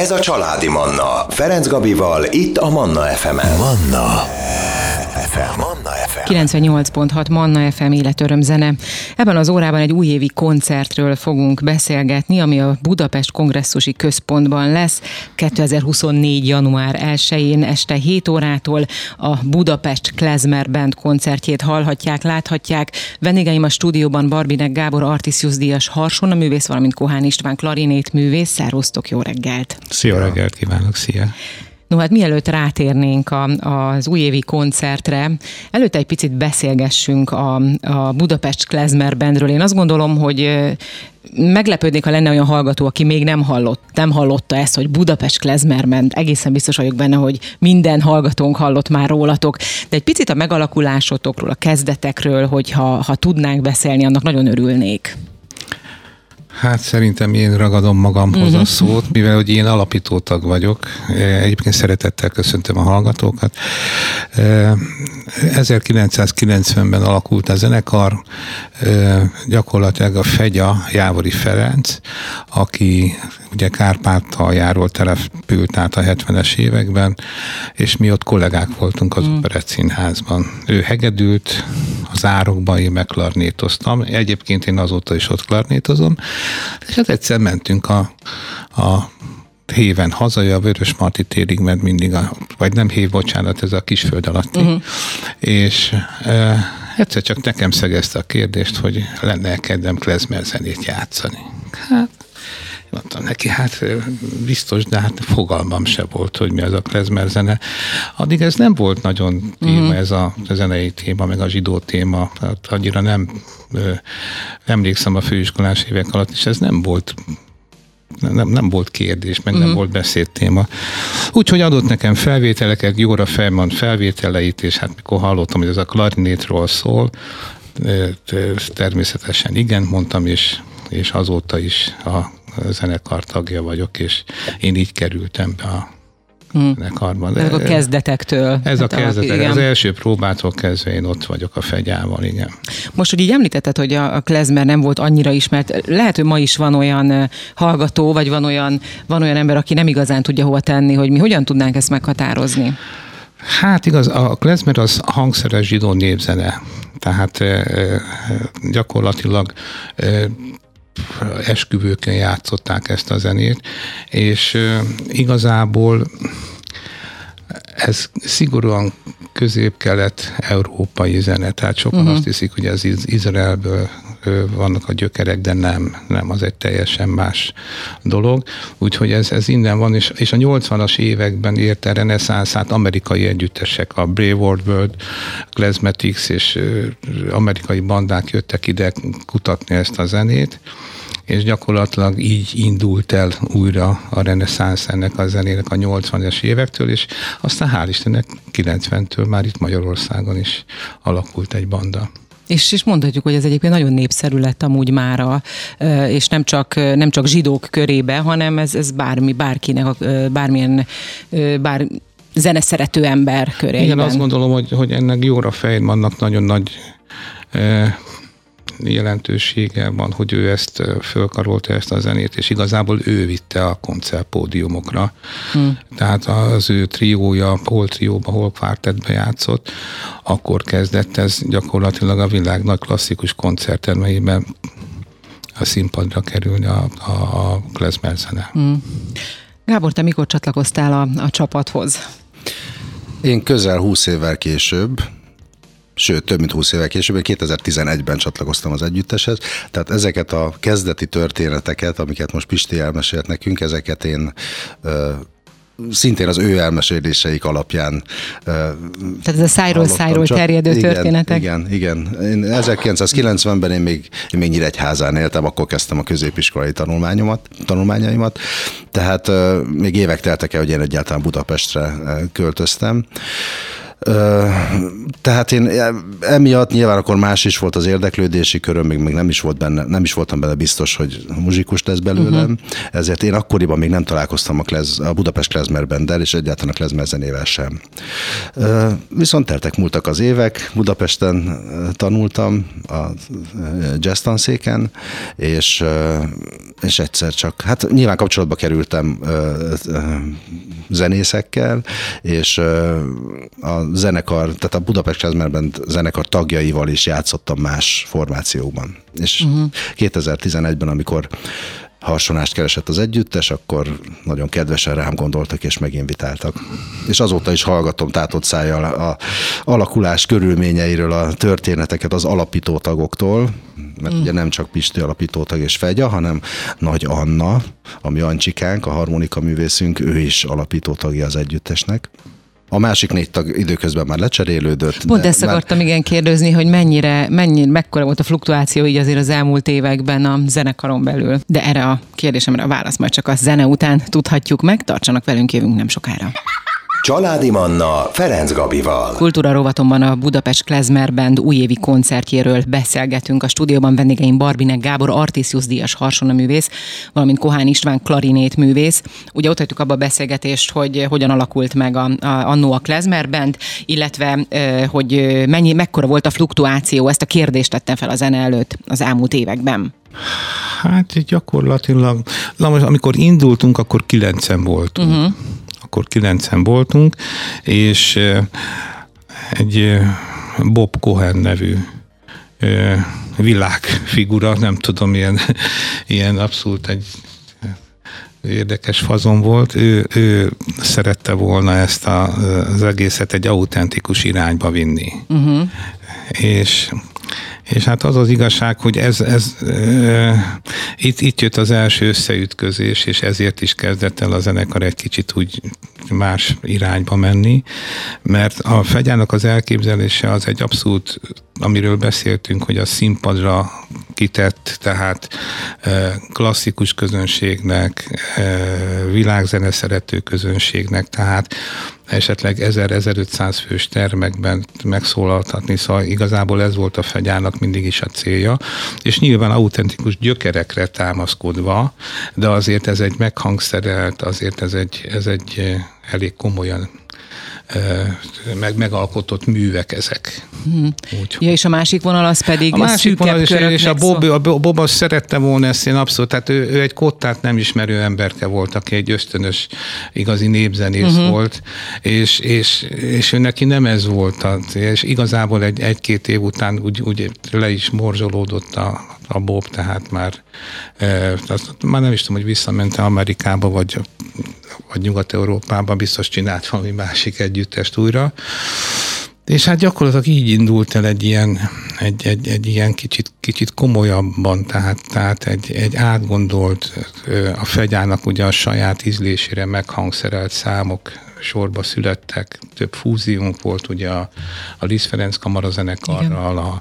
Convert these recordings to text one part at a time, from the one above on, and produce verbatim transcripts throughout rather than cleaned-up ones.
Ez a Családi Manna. Ferenc Gabival, itt a Manna ef emen. Manna ef em. Manna ef em. kilencvennyolc pont hat Manna ef em életöröm zene. Ebben az órában egy újévi koncertről fogunk beszélgetni, ami a Budapest Kongresszusi Központban lesz kétezer-huszonnégy. január elsején este hét órától a Budapest Klezmer Band koncertjét hallhatják, láthatják. Vendégeim a stúdióban Barbinek Gábor Artisius díjas harsona művész, valamint Kohán István klarinét művész. Szervusztok, jó reggelt! Szia, reggelt kívánok, szia! No, hát mielőtt rátérnénk a, az újévi koncertre, előtte egy picit beszélgessünk a, a Budapest Klezmer Bandről. Én azt gondolom, hogy meglepődnék, ha lenne olyan hallgató, aki még nem hallott, nem hallotta ezt, hogy Budapest Klezmer Band. Egészen biztos vagyok benne, hogy minden hallgatónk hallott már rólatok. De egy picit a megalkulásotokról, a kezdetekről, hogyha ha tudnánk beszélni, annak nagyon örülnék. Hát szerintem én ragadom magamhoz uh-huh. a szót, mivel hogy én alapítótag vagyok. Egyébként szeretettel köszöntöm a hallgatókat. ezerkilencszázkilencvenben alakult a zenekar, gyakorlatilag a fegya Jávori Ferenc, aki ugye Kárpátaljáról települt át a hetvenes években, és mi ott kollégák voltunk az uh-huh. Operett Színházban. Ő hegedült, az árokban én meg klarnétoztam. Egyébként én azóta is ott klarnétozom. És hát egyszer mentünk a, a héven haza, a Vörösmarty térig, mert mindig, a, vagy nem hév, bocsánat, ez a Kisföld alatti. Uh-huh. És e, egyszer csak nekem szegezte a kérdést, hogy lenne kedvem klezmer zenét játszani. Hát mondtam neki, hát biztos, de hát fogalmam se volt, hogy mi az a klezmer zene. Addig ez nem volt nagyon téma, uh-huh. ez a zenei téma, meg a zsidó téma. Hát annyira nem ö, emlékszem a főiskolás évek alatt, és ez nem volt nem, nem volt kérdés, meg uh-huh. nem volt beszédtéma. Úgyhogy adott nekem felvételeket, Jóra Felman felvételeit, és hát mikor hallottam, hogy ez a klarinétról szól, természetesen igen mondtam, és, és azóta is a zenekar tagja vagyok, és én így kerültem be a hmm. zenekarban. Ez a kezdetektől. Ez a kezdetek. Az első próbától kezdve én ott vagyok a fegyával, igen. Most, hogy így említetted, hogy a klezmer nem volt annyira ismert, lehet, hogy ma is van olyan hallgató, vagy van olyan, van olyan ember, aki nem igazán tudja hova tenni, hogy mi hogyan tudnánk ezt meghatározni? Hát igaz, a klezmer az hangszeres zsidó népzene. Tehát e, gyakorlatilag e, esküvőkön játszották ezt a zenét, és igazából ez szigorúan közép-kelet-európai zene, tehát sokan uh-huh. azt hiszik, hogy ez Izraelből vannak a gyökerek, de nem, nem, az egy teljesen más dolog. Úgyhogy ez, ez innen van, és, és a nyolcvanas években érte reneszánszát amerikai együttesek, a Brave World, Klezmatics és amerikai bandák jöttek ide kutatni ezt a zenét, és gyakorlatilag így indult el újra a reneszánsz ennek a zenének a nyolcvanas évektől, és aztán hál' Istennek kilencventől már itt Magyarországon is alakult egy banda. És, és mondhatjuk, hogy ez egyébként nagyon népszerű lett amúgy mára, és nem csak, nem csak zsidók körébe, hanem ez, ez bármi, bárkinek, bármilyen, bár zeneszerető ember körébe. Igen, azt gondolom, hogy, hogy ennek Jóra Feynmannak nagyon nagy jelentősége van, hogy ő ezt fölkarolta, ezt a zenét, és igazából ő vitte a koncertpódiumokra. Hmm. Tehát az ő triója, hol trióba, hol kvártettbe játszott, akkor kezdett ez gyakorlatilag a világ nagy klasszikus koncerttermeiben a színpadra kerülni a, a, a klezmer zene. Hmm. Gábor, te mikor csatlakoztál a, a csapathoz? Én közel húsz évvel később, sőt, több mint húsz évvel később, kétezer-tizenegyben csatlakoztam az együtteshez, tehát ezeket a kezdeti történeteket, amiket most Pisti elmesélt nekünk, ezeket én ö, szintén az ő elmeséléseik alapján ö, Tehát ez a szájról szájról terjedő igen, történetek? Igen, igen. Én ezerkilencszázkilencvenben én még, én még Nyíregyházán éltem, akkor kezdtem a középiskolai tanulmányomat, tanulmányaimat, tehát ö, még évek teltek el, hogy én egyáltalán Budapestre költöztem. Tehát én emiatt nyilván akkor más is volt az érdeklődési köröm, még, még nem is volt benne, nem is voltam bele biztos, hogy muzsikus lesz belőlem, uh-huh. ezért én akkoriban még nem találkoztam a, klez, a Budapest Klezmer Banddel, és egyáltalán a klezmer zenével sem. Viszont teltek múltak az évek, Budapesten tanultam a jazz tanszéken, és, és egyszer csak, hát nyilván kapcsolatba kerültem zenészekkel, és a zenekar, tehát a Budapest Klezmer Band zenekar tagjaival is játszottam más formációban. És uh-huh. kétezer-tizenegyben, amikor harsonást keresett az együttes, akkor nagyon kedvesen rám gondoltak, és meginvitáltak. És azóta is hallgatom tátott szájjal a alakulás körülményeiről a történeteket az alapító tagoktól, mert mm. ugye nem csak Pisti alapítótag és Fegya, hanem Nagy Anna, ami Ancsikánk, a harmonika művészünk, ő is alapítótagja az együttesnek. A másik négy tag időközben már lecserélődött. Pont ezt már... akartam igen kérdezni, hogy mennyire, mennyire, mekkora volt a fluktuáció így azért az elmúlt években a zenekaron belül. De erre a kérdésemre a válasz majd csak a zene után tudhatjuk meg. Tartsanak velünk, jövünk nem sokára. Családi Manna Ferenc Gabival. Kultúra rovatomban a Budapest Klezmer Band újévi koncertjéről beszélgetünk. A stúdióban vendégeim Barbinek Gábor, Artisius díjas harsonaművész, valamint Kohán István klarinét művész. Ugye ott hagytuk abba a beszélgetést, hogy hogyan alakult meg a, a, annó a Klezmer Band, illetve hogy mennyi, mekkora volt a fluktuáció, ezt a kérdést tettem fel a zene előtt az elmúlt években. Hát gyakorlatilag, na most amikor indultunk, akkor kilencen voltunk. Uh-huh. Akkor kilencen voltunk, és egy Bob Cohen nevű világfigura, nem tudom, ilyen, ilyen abszolút egy érdekes fazon volt, ő, ő szerette volna ezt a, az egészet egy autentikus irányba vinni. Uh-huh. És És hát az az igazság, hogy ez, ez e, itt, itt jött az első összeütközés, és ezért is kezdett el a zenekar egy kicsit úgy más irányba menni, mert a Fegyának az elképzelése az egy abszolút, amiről beszéltünk, hogy a színpadra kitett, tehát e, klasszikus közönségnek, e, világzene szerető közönségnek, tehát esetleg ezer-ezerötszáz fős termekben megszólaltatni, szóval igazából ez volt a Fegyának mindig is a célja, és nyilván autentikus gyökerekre támaszkodva, de azért ez egy meghangszerelt, azért ez egy, ez egy elég komolyan meg megalkotott művek ezek. Hmm. Úgy, ja, és a másik vonal az pedig a másik vonal, és, és a Bob, a Bob azt szerette volna ezt, én abszolút, tehát ő, ő egy kottát nem ismerő emberke volt, aki egy ösztönös, igazi népzenész uh-huh. volt, és, és, és ő neki nem ez volt, és igazából egy, egy-két év után úgy, úgy le is morzsolódott a, a Bob, tehát már, e, azt, már nem is tudom, hogy visszamente Amerikába, vagy vagy Nyugat-Európában, biztos csinált valami másik együttest újra. És hát gyakorlatilag így indult el egy ilyen, egy, egy, egy ilyen kicsit, kicsit komolyabban, tehát, tehát egy, egy átgondolt, a Fegyának ugye a saját ízlésére meghangszerelt számok sorba születtek, több fúziónk volt ugye a, a Liszt Ferenc kamarazenekarral, a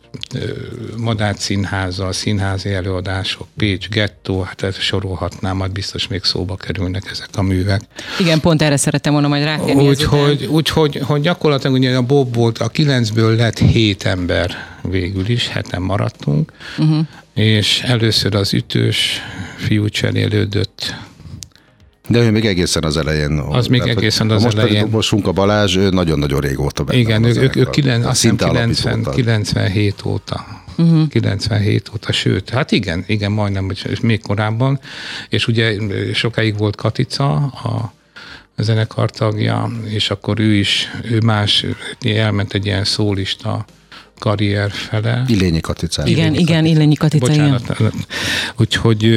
Madách Színháza, a színházi előadások, Pécs, Gettó, hát ezt sorolhatnám, majd biztos még szóba kerülnek ezek a művek. Igen, pont erre szerettem volna majd rátérni. Úgyhogy úgy, hogy, hogy gyakorlatilag ugye a Bob volt, a kilencből lett hét ember végül is, heten maradtunk, uh-huh. és először az ütős fiú cserélődött. De ő még egészen az elején. Az még tehát, egészen az most elején. Most most a Balázs, ő nagyon-nagyon régóta benne. Igen, ők, ők kilen, azt hiszem kilencven, kilencvenhét óta. Uh-huh. kilencvenhét óta, sőt, hát igen, igen, majdnem, hogy még korábban. És ugye sokáig volt Katica, a zenekar tagja, és akkor ő is, ő más, elment egy ilyen szólista karrier fele. Illényi Katica. Igen, igen, Illényi Katica. Bocsánat. Úgyhogy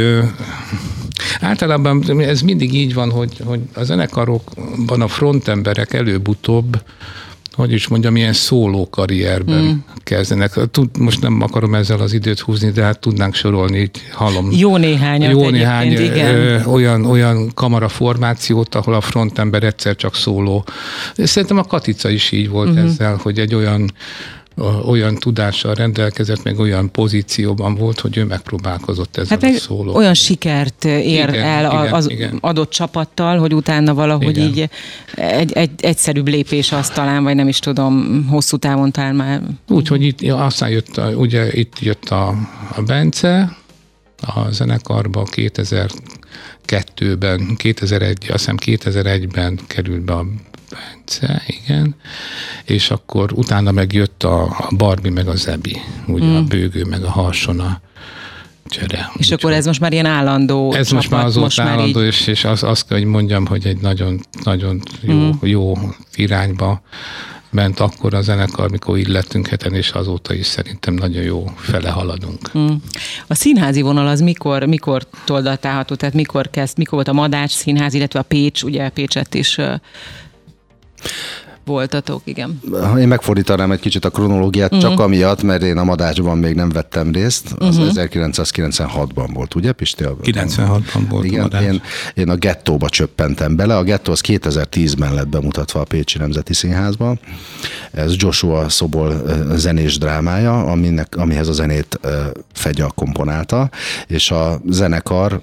általában ez mindig így van, hogy, hogy a zenekarokban a frontemberek előbb-utóbb, hogy is mondjam, ilyen szóló karrierben mm. kezdenek. Tud, most nem akarom ezzel az időt húzni, de hát tudnánk sorolni, így hallom. Jó néhány. Jó néhány ö, olyan, olyan kamaraformációt, ahol a frontember egyszer csak szóló. És szerintem a Katica is így volt mm-hmm. ezzel, hogy egy olyan olyan tudással rendelkezett, meg olyan pozícióban volt, hogy ő megpróbálkozott ezzel hát a szóló. Olyan sikert ér igen, el igen, az igen. adott csapattal, hogy utána valahogy Igen. így egy, egy egyszerűbb lépés az talán, vagy nem is tudom, hosszú távon talán már. Úgyhogy itt, ja, aztán jött, a, ugye itt jött a, a Bence a zenekarba kétezer-kettőben, kétezer-egy, azt hiszem kétezer-egyben került be a Bence, igen, és akkor utána megjött a, a Barbie meg a Zebi, ugye mm. a Bőgő meg a Harsona csere. És úgy, akkor ez most már ilyen állandó Ez csapat, most már az most ott már állandó, így... és, és azt, azt kell, hogy mondjam, hogy egy nagyon, nagyon jó, Mm. jó irányba ment akkor a zenekar, mikor így lettünk heten, és azóta is szerintem nagyon jó fele haladunk. Mm. A színházi vonal az mikor, mikor datálható, tehát mikor kezd, mikor volt a Madács Színház, illetve a Pécs, ugye Pécset is uh, voltatok, igen. Én megfordítanám egy kicsit a kronológiát, uh-huh. csak amiatt, mert én a Madácsban még nem vettem részt, az uh-huh. ezerkilencszázkilencvenhatban volt, ugye Pisti? kilencvenhatban volt igen, a Madács. Én, én a Gettóba csöppentem bele, a Gettó az kétezer-tízben lett bemutatva a Pécsi Nemzeti Színházban. Ez Joshua Szobol zenés drámája, aminek, amihez a zenét Fegya komponálta, és a zenekar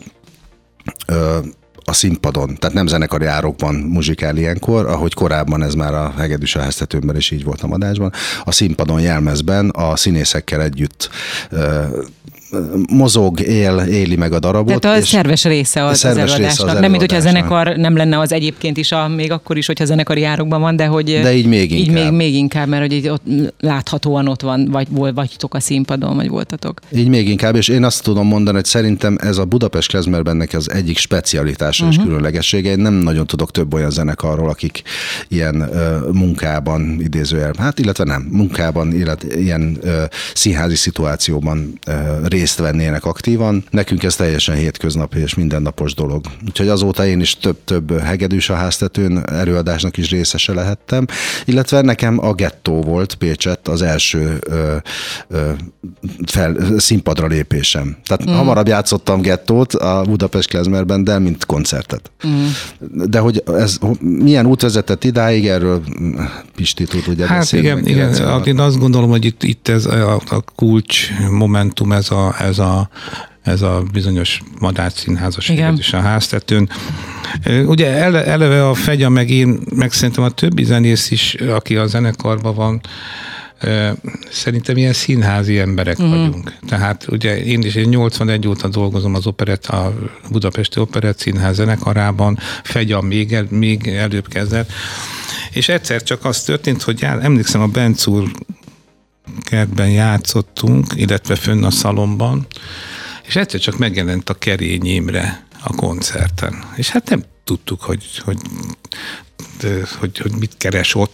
a színpadon, tehát nem zenekari árokban muzsikál ilyenkor, ahogy korábban ez már a Hegedűs a háztetőmben is így volt a Madácsban, a színpadon jelmezben a színészekkel együtt uh, mozog, él, éli meg a darabot. Tehát a szerves része az, szerves az előadásnak. része az nem, mint hogyha a előadásnak. zenekar nem lenne az egyébként is, a, még akkor is, hogyha zenekari árokban van, de hogy de így még így inkább. még, még inkább, mert hogy így ott láthatóan ott van, vagy vagytok a színpadon, vagy voltatok. Így még inkább, és én azt tudom mondani, hogy szerintem ez a Budapest Klezmerbennek az egyik specialitása uh-huh. és különlegessége. Én nem nagyon tudok több olyan zenekarról, akik ilyen uh, munkában idézőjel, hát illetve nem, munkában, illetve ilyen uh, színházi szituációban uh, részt vennének aktívan. Nekünk ez teljesen hétköznapi és mindennapos dolog. Úgyhogy azóta én is több-több Hegedűs a háztetőn előadásnak is részese lehettem, illetve nekem a Gettó volt Pécsett az első ö, ö, fel, színpadra lépésem. Tehát mm. hamarabb játszottam Gettót a Budapest Klezmerben, de mint koncertet. Mm. De hogy ez milyen út vezetett idáig, erről Pisti tud ugye hát beszélni. Hát igen, igen. Én azt gondolom, hogy itt, itt ez a, a kulcs momentum, ez a, ez a ez a bizonyos Madács Színházas és a háztetőn. Ugye ele, eleve a Fegya, meg én, meg szerintem a többi zenész is, aki a zenekarban van, szerintem ilyen színházi emberek mm. vagyunk. Tehát ugye én is én nyolcvanegy óta dolgozom az operett, a Budapesti Operett Színház zenekarában, Fegya még, el, még előbb kezdett. És egyszer csak az történt, hogy já, emlékszem, a Benc úr kertben játszottunk, illetve fönn a szalomban, és egyszer csak megjelent a Kerény Imre a koncerten. És hát nem tudtuk, hogy, hogy, hogy, hogy mit keres ott.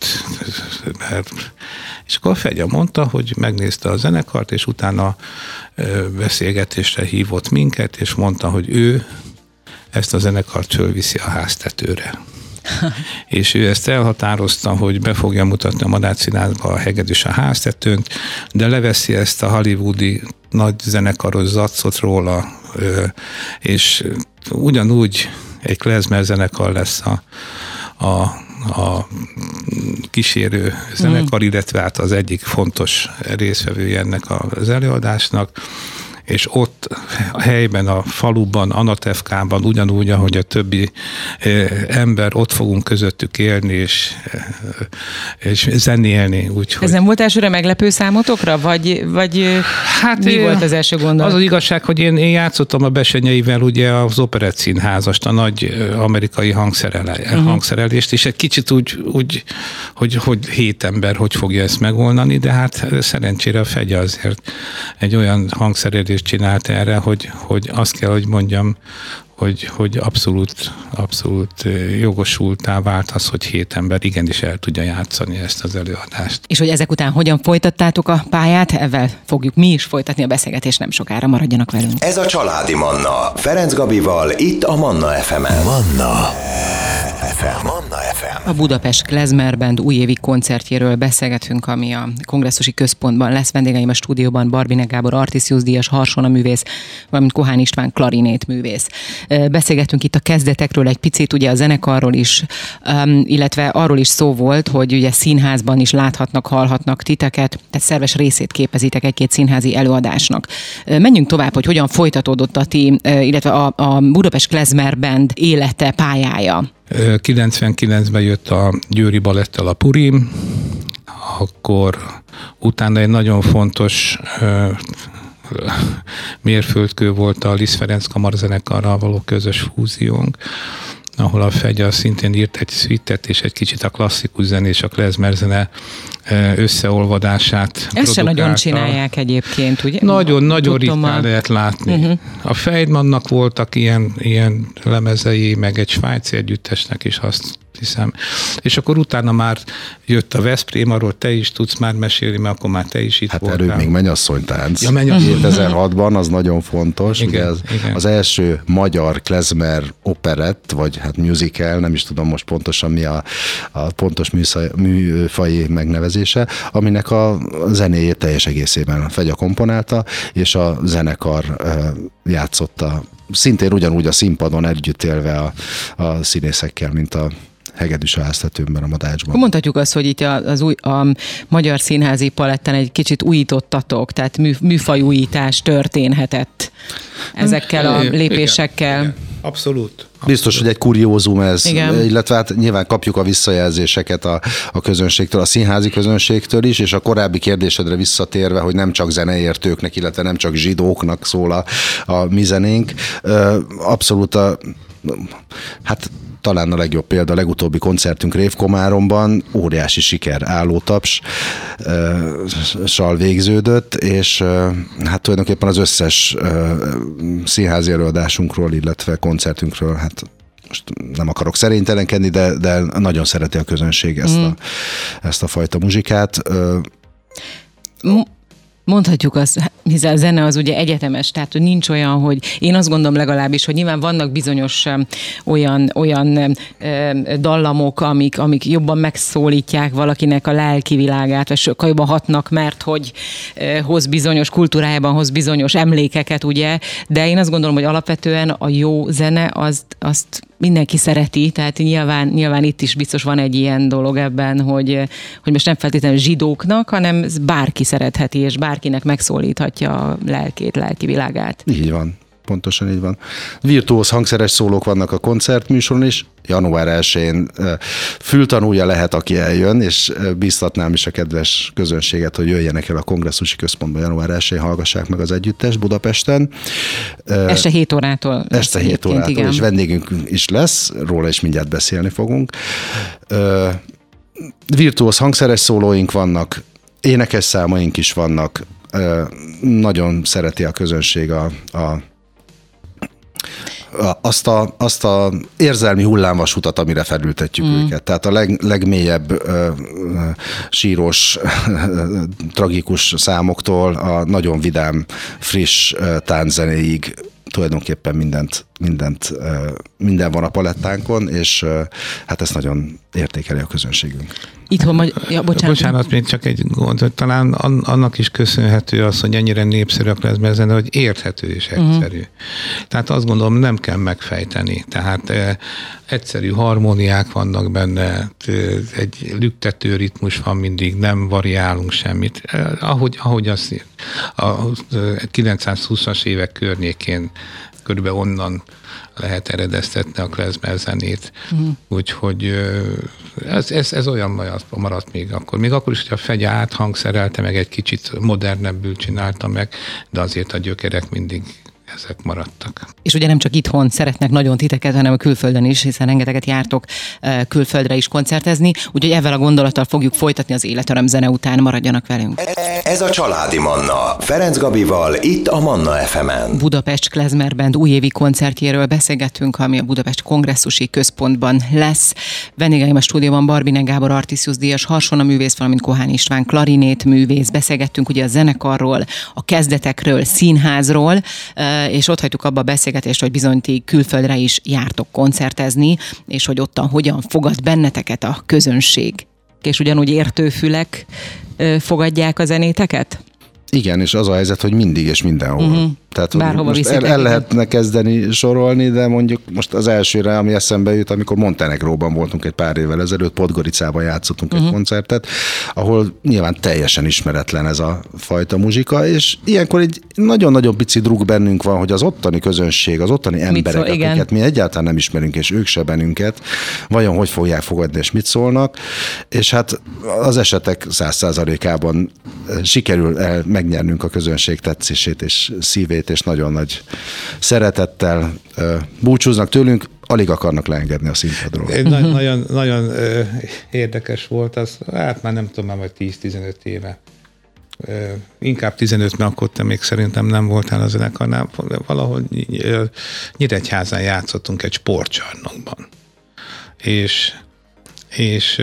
És akkor a Fegya mondta, hogy megnézte a zenekart, és utána beszélgetésre hívott minket, és mondta, hogy ő ezt a zenekart fölviszi a háztetőre. És ő ezt elhatározta, hogy be fogja mutatni a Madács Színházba a Hegedűs a háztetőnt, de leveszi ezt a hollywoodi nagy zenekaros zacot róla, és ugyanúgy egy klezmer zenekar lesz a, a, a kísérő zenekar, mm. illetve hát az egyik fontos résztvevője ennek az előadásnak, és ott a helyben, a faluban, Anatevkában, ugyanúgy, ahogy a többi ember, ott fogunk közöttük élni és, és zenélni. Úgyhogy... Ez nem volt elsőre meglepő számotokra, vagy, vagy hát mi volt az első gondolat? Az az igazság, hogy én, én játszottam a Besenyeivel ugye az Operett Színházast, a nagy amerikai hangszerelést, uh-huh. hangszerelést, és egy kicsit úgy, úgy hogy, hogy hét ember hogy fogja ezt megoldani, de hát szerencsére a Fegya azért egy olyan hangszerelést csinált erre, hogy, hogy azt kell, hogy mondjam, hogy, hogy abszolút, abszolút jogosultá vált az, hogy hét ember igenis el tudja játszani ezt az előadást. És hogy ezek után hogyan folytattátok a pályát? Ezzel fogjuk mi is folytatni a beszélgetést, nem sokára, maradjanak velünk. Ez a Családi Manna, Ferenc Gabival, itt a Manna ef emen. Manna ef em. Manna ef em. A Budapest Klezmer Band újévi koncertjéről beszélgetünk, ami a Kongresszusi Központban lesz. Vendégeim a stúdióban Barbinek Gábor Artisius díjas harsonaművész, valamint Kohán István klarinét művész. Beszélgettünk itt a kezdetekről egy picit, ugye a zenekarról is, illetve arról is szó volt, hogy ugye színházban is láthatnak, hallhatnak titeket, tehát szerves részét képezitek egy-két színházi előadásnak. Menjünk tovább, hogy hogyan folytatódott a ti, illetve a, a Budapest Klezmer Band élete, pályája. kilencvenkilencben jött a Győri Balettel a Purim, akkor utána egy nagyon fontos uh, mérföldkő volt a Liszt Ferenc kamarzenekarral való közös fúziónk, ahol a Fegya szintén írt egy szüitet, és egy kicsit a klasszikus zene és a klezmer zene összeolvadását Ezt se nagyon csinálják egyébként, ugye? Nagyon, nagyon ritkán a... lehet látni. Uh-huh. A Feidmannak voltak ilyen, ilyen lemezei, meg egy svájci együttesnek is, azt hiszem. És akkor utána már jött a Veszprém, arról te is tudsz már mesélni, mert akkor már te is itt hát voltál. Hát erőd még Mennyasszonytánc. Ja, Mennyasszony. kétezer-hatban az nagyon fontos. Igen, ugye ez igen. Az első magyar klezmer operett, vagy hát musical, nem is tudom most pontosan mi a, a pontos műszaj, műfaji megnevezése, aminek a zenéjét teljes egészében a Fegya komponálta, és a zenekar játszotta szintén ugyanúgy a színpadon együtt élve a, a színészekkel, mint a Hegedűs a háztetőmben, a Madácsban. Mondhatjuk azt, hogy itt az új, a magyar színházi paletten egy kicsit újítottatok, tehát mű, műfajújítás történhetett ezekkel a lépésekkel. Igen, igen. Abszolút. Abszolút. Biztos, hogy egy kuriózum ez, igen. Illetve hát nyilván kapjuk a visszajelzéseket a, a közönségtől, a színházi közönségtől is, és a korábbi kérdésedre visszatérve, hogy nem csak zeneértőknek, illetve nem csak zsidóknak szól a, a mi zenénk. Abszolút a, hát talán a legjobb példa, a legutóbbi koncertünk Révkomáromban óriási siker, állótaps sal végződött, és hát tulajdonképpen az összes színházi előadásunkról, illetve koncertünkről, hát most nem akarok szerénytelenkedni, de, de nagyon szereti a közönség ezt, mm. a, ezt a fajta muzsikát. Mondhatjuk azt, hiszen a zene az ugye egyetemes, tehát nincs olyan, hogy én azt gondolom legalábbis, hogy nyilván vannak bizonyos olyan, olyan dallamok, amik, amik jobban megszólítják valakinek a lelki világát, vagy sokkal jobban hatnak, mert hogy hoz bizonyos kultúrájában, hoz bizonyos emlékeket, ugye, de én azt gondolom, hogy alapvetően a jó zene azt, azt mindenki szereti, tehát nyilván, nyilván itt is biztos van egy ilyen dolog ebben, hogy, hogy most nem feltétlenül zsidóknak, hanem bárki szeretheti, és bárkinek megszólíthatja a lelkét, lelki világát. Így van. Pontosan így van. Virtuóz hangszeres szólók vannak a koncertműsoron is. január elsején fültanúja lehet, aki eljön, és bíztatnám is a kedves közönséget, hogy jöjjenek el a Kongresszusi Központba január elsején, hallgassák meg az együttest Budapesten. Este hét órától. Este hét órától, igen. És vendégünk is lesz, róla is mindjárt beszélni fogunk. Virtuóz hangszeres szólóink vannak, énekes számaink is vannak. Nagyon szereti a közönség a, a azt a, azt a érzelmi hullámvasutat, amire felültetjük mm. őket. Tehát a leg, legmélyebb ö, ö, síros, ö, tragikus számoktól a nagyon vidám, friss ö, tánczenéig tulajdonképpen mindent, mindent, ö, minden van a palettánkon, és ö, hát ezt nagyon értékeli a közönségünk. Itthon majd... Ja, bocsánat. bocsánat, még csak egy gond, hogy talán annak is köszönhető az, hogy ennyire népszerű a klezmer zene, hogy érthető és egyszerű. Uh-huh. Tehát azt gondolom, nem kell megfejteni. Tehát eh, egyszerű harmóniák vannak benne, egy lüktető ritmus van mindig, nem variálunk semmit. Eh, ahogy, ahogy azt a kilencszázhúszas évek környékén körülbelül onnan lehet eredeztetni a klezmer zenét. Uh-huh. Úgyhogy ez, ez, ez olyan maradt, maradt még akkor. Még akkor is, hogy a Fegya áthangszerelte, meg egy kicsit modernebbül csinálta meg, de azért a gyökerek mindig ezek maradtak. És ugye nem csak itthon szeretnek nagyon titeket, hanem a külföldön is, hiszen rengeteget jártok külföldre is koncertezni, úgyhogy ezzel a gondolattal fogjuk folytatni az Életöröm zene után, maradjanak velünk. Ez a Családi Manna, Ferenc Gabival, itt a Manna ef emen. Budapest Klezmer Band újévi koncertjéről beszélgettünk, ami a Budapest Kongresszusi Központban lesz. Vendégeim a stúdióban Barbinek Gábor Artisius díjas harsonaművész, valamint Kohán István klarinét művész. Beszélgettünk ugye a zenekarról, a kezdetekről, színházról. és ott hagytuk abba a beszélgetést, hogy bizony ti külföldre is jártok koncertezni, és hogy ottan hogyan fogad benneteket a közönség. És ugyanúgy értőfülek fogadják a zenéteket? Igen, és az a helyzet, hogy mindig és mindenhol. Uh-huh. Tehát most el, el lehetne kezdeni sorolni, de mondjuk most az elsőre, ami eszembe jut, amikor Montenegróban voltunk egy pár évvel ezelőtt, Podgoricában játszottunk uh-huh. egy koncertet, ahol nyilván teljesen ismeretlen ez a fajta muzsika, és ilyenkor egy nagyon-nagyon pici druk bennünk van, hogy az ottani közönség, az ottani emberek, szól, akiket mi egyáltalán nem ismerünk, és ők se bennünket, vajon hogy fogják fogadni, és mit szólnak, és hát az esetek száz százalékában sikerül el megnyernünk a közönség tetszését és szívét, és nagyon nagy szeretettel búcsúznak tőlünk, alig akarnak leengedni a színpadról. Uh-huh. Nagyon, nagyon érdekes volt az, hát már nem tudom, már vagy tíz-tizenöt éve. Inkább tizenöt, mert akkor te még szerintem nem voltál a zenekarnál. Valahol Nyíregyházán játszottunk egy sportcsarnokban. És, és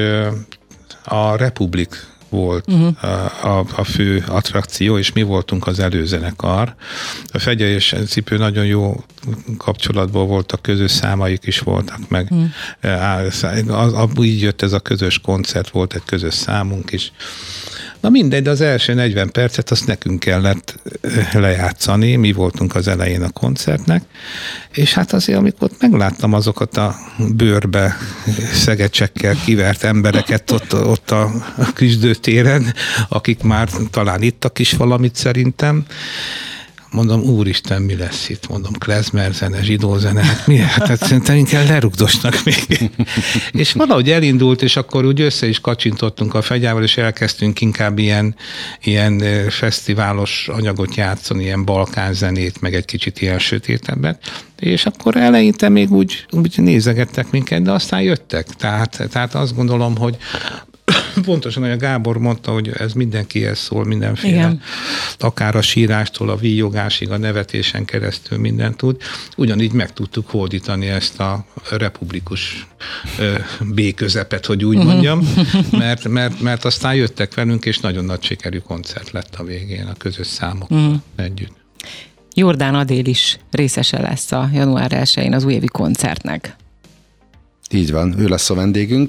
a Republik volt uh-huh. a, a, a fő attrakció, és mi voltunk az előzenekar. A Fegye és Cipő nagyon jó kapcsolatból voltak, közös számaik is voltak, meg uh-huh. az, az, így jött ez a közös koncert, volt egy közös számunk is. Na mindegy, de az első negyven percet azt nekünk kellett lejátszani, mi voltunk az elején a koncertnek, és hát azért, amikor megláttam azokat a bőrbe szegecsekkel kivert embereket ott, ott a küzdőtéren, akik már talán ittak is valamit szerintem, mondom, úristen, mi lesz itt? Mondom, klezmer zene, zsidó zene, hát mi? Hát szerintem inkább lerugdosnak még. És valahogy elindult, és akkor úgy össze is kacsintottunk a Fegyával, és elkezdtünk inkább ilyen, ilyen fesztiválos anyagot játszani, ilyen balkán zenét, meg egy kicsit ilyen sötétebbet. És akkor eleinte még úgy, úgy nézegettek minket, de aztán jöttek. Tehát, tehát azt gondolom, hogy pontosan, ahogy a Gábor mondta, hogy ez mindenkihez szól, mindenféle. Igen. Akár a sírástól, a víjogásig, a nevetésen keresztül mindent tud. Ugyanígy meg tudtuk hódítani ezt a republikus B-közepet, hogy úgy mondjam, mert, mert, mert aztán jöttek velünk, és nagyon nagy sikerű koncert lett a végén a közös számokkal mm. együtt. Jordán Adél is részese lesz a január elsején az újévi koncertnek. Így van, ő lesz a vendégünk.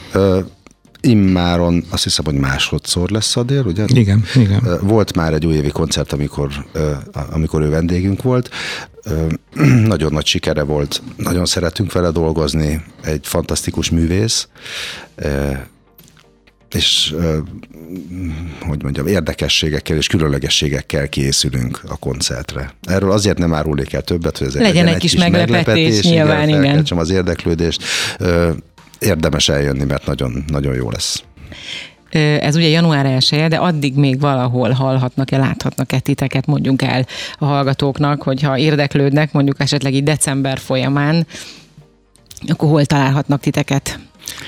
Immáron azt hiszem, hogy másodszor lesz Adél, ugye? Igen, igen. Volt már egy újévi koncert, amikor, amikor ő vendégünk volt. Nagyon nagy sikere volt, nagyon szeretünk vele dolgozni, egy fantasztikus művész, és hogy mondjam, érdekességekkel és különlegességekkel készülünk a koncertre. Erről azért nem árulnék el többet, hogy ez legyen, legyen egy kis, kis meglepetés, meglepetés nyilván, igen. Felkeltsem az érdeklődést. Érdemes eljönni, mert nagyon, nagyon jó lesz. Ez ugye január elseje, de addig még valahol hallhatnak-e, láthatnak-e titeket, mondjunk el a hallgatóknak, hogyha érdeklődnek, mondjuk esetleg így december folyamán, akkor hol találhatnak titeket?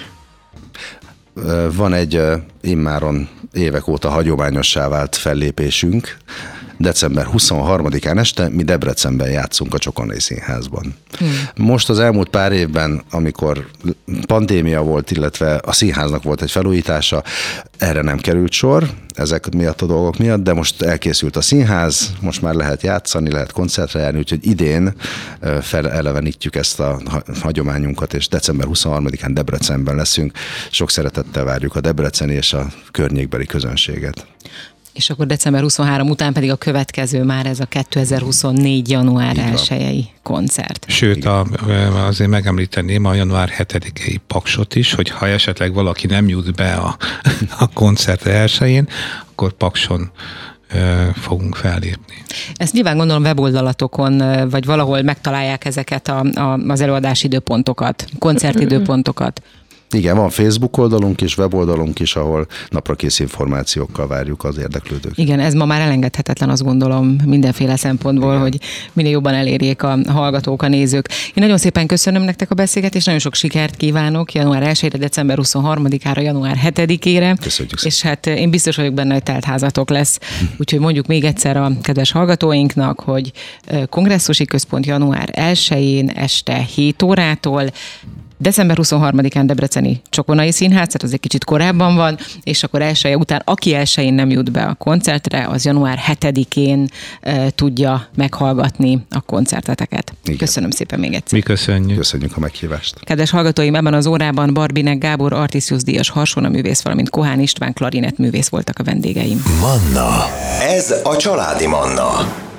Van egy immáron évek óta hagyományossá vált fellépésünk. december huszonharmadikán este mi Debrecenben játszunk a Csokonai Színházban. Hmm. Most az elmúlt pár évben, amikor pandémia volt, illetve a színháznak volt egy felújítása, erre nem került sor, ezek miatt a dolgok miatt, de most elkészült a színház, most már lehet játszani, lehet koncertre járni, úgyhogy idén felelevenítjük ezt a hagyományunkat, és december huszonharmadikán Debrecenben leszünk. Sok szeretettel várjuk a debreceni és a környékbeli közönséget. És akkor december huszonharmadika után pedig a következő már ez a kétezer-huszonnégy január elsejei koncert. Sőt, a, azért megemlíteném a január hetedikei Paksot is, hogy ha esetleg valaki nem jut be a, a koncert elsején, akkor Pakson fogunk fellépni. Ezt nyilván gondolom weboldalatokon, vagy valahol megtalálják ezeket a, a, az előadási időpontokat, koncertidőpontokat. Igen, van Facebook oldalunk és weboldalunk is, ahol naprakész információkkal várjuk az érdeklődőket. Igen, ez ma már elengedhetetlen, azt gondolom, mindenféle szempontból, igen, hogy minél jobban elérjék a hallgatók, a nézők. Én nagyon szépen köszönöm nektek a beszélgetést, nagyon sok sikert kívánok január elsejére, december huszonharmadikára, január hetedikére. Köszönjük szépen. És hát én biztos vagyok benne, hogy teltházatok lesz. Úgyhogy mondjuk még egyszer a kedves hallgatóinknak, hogy Kongresszusi Központ január elsején este hét órától december huszonharmadikán Debreceni Csokonai Színház, tehát az egy kicsit korábban van, és akkor elsője után, aki elsőjén nem jut be a koncertre, az január hetedikén e, tudja meghallgatni a koncerteteket. Igen. Köszönöm szépen még egyszer. Mi köszönjük. Köszönjük a meghívást. Kedves hallgatóim, ebben az órában Barbinek Gábor Artisius díjas harsonaművész, valamint Kohán István klarinettművész voltak a vendégeim. Manna. Ez a Családi Manna.